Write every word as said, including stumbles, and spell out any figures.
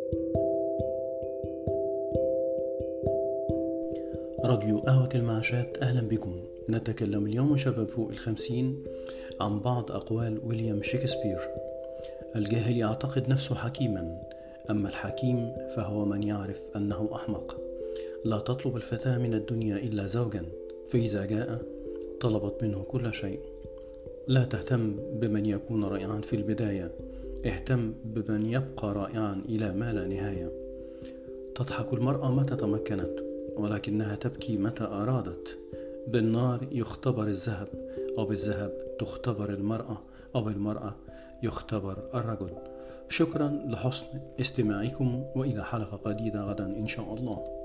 راديو قهوة المعاشات، أهلا بكم. نتكلم اليوم شباب فوق الخمسين عن بعض أقوال ويليام شكسبير. الجاهل يعتقد نفسه حكيما، أما الحكيم فهو من يعرف أنه أحمق. لا تطلب الفتاة من الدنيا إلا زوجا، فإذا جاء طلبت منه كل شيء. لا تهتم بمن يكون رائعا في البداية، اهتم بمن يبقى رائعا إلى ما لا نهاية. تضحك المرأة متى تمكنت، ولكنها تبكي متى أرادت. بالنار يختبر الذهب، أو بالذهب تختبر المرأة، أو بالمرأة يختبر الرجل. شكرا لحسن استماعكم، وإلى حلقة جديدة غدا إن شاء الله.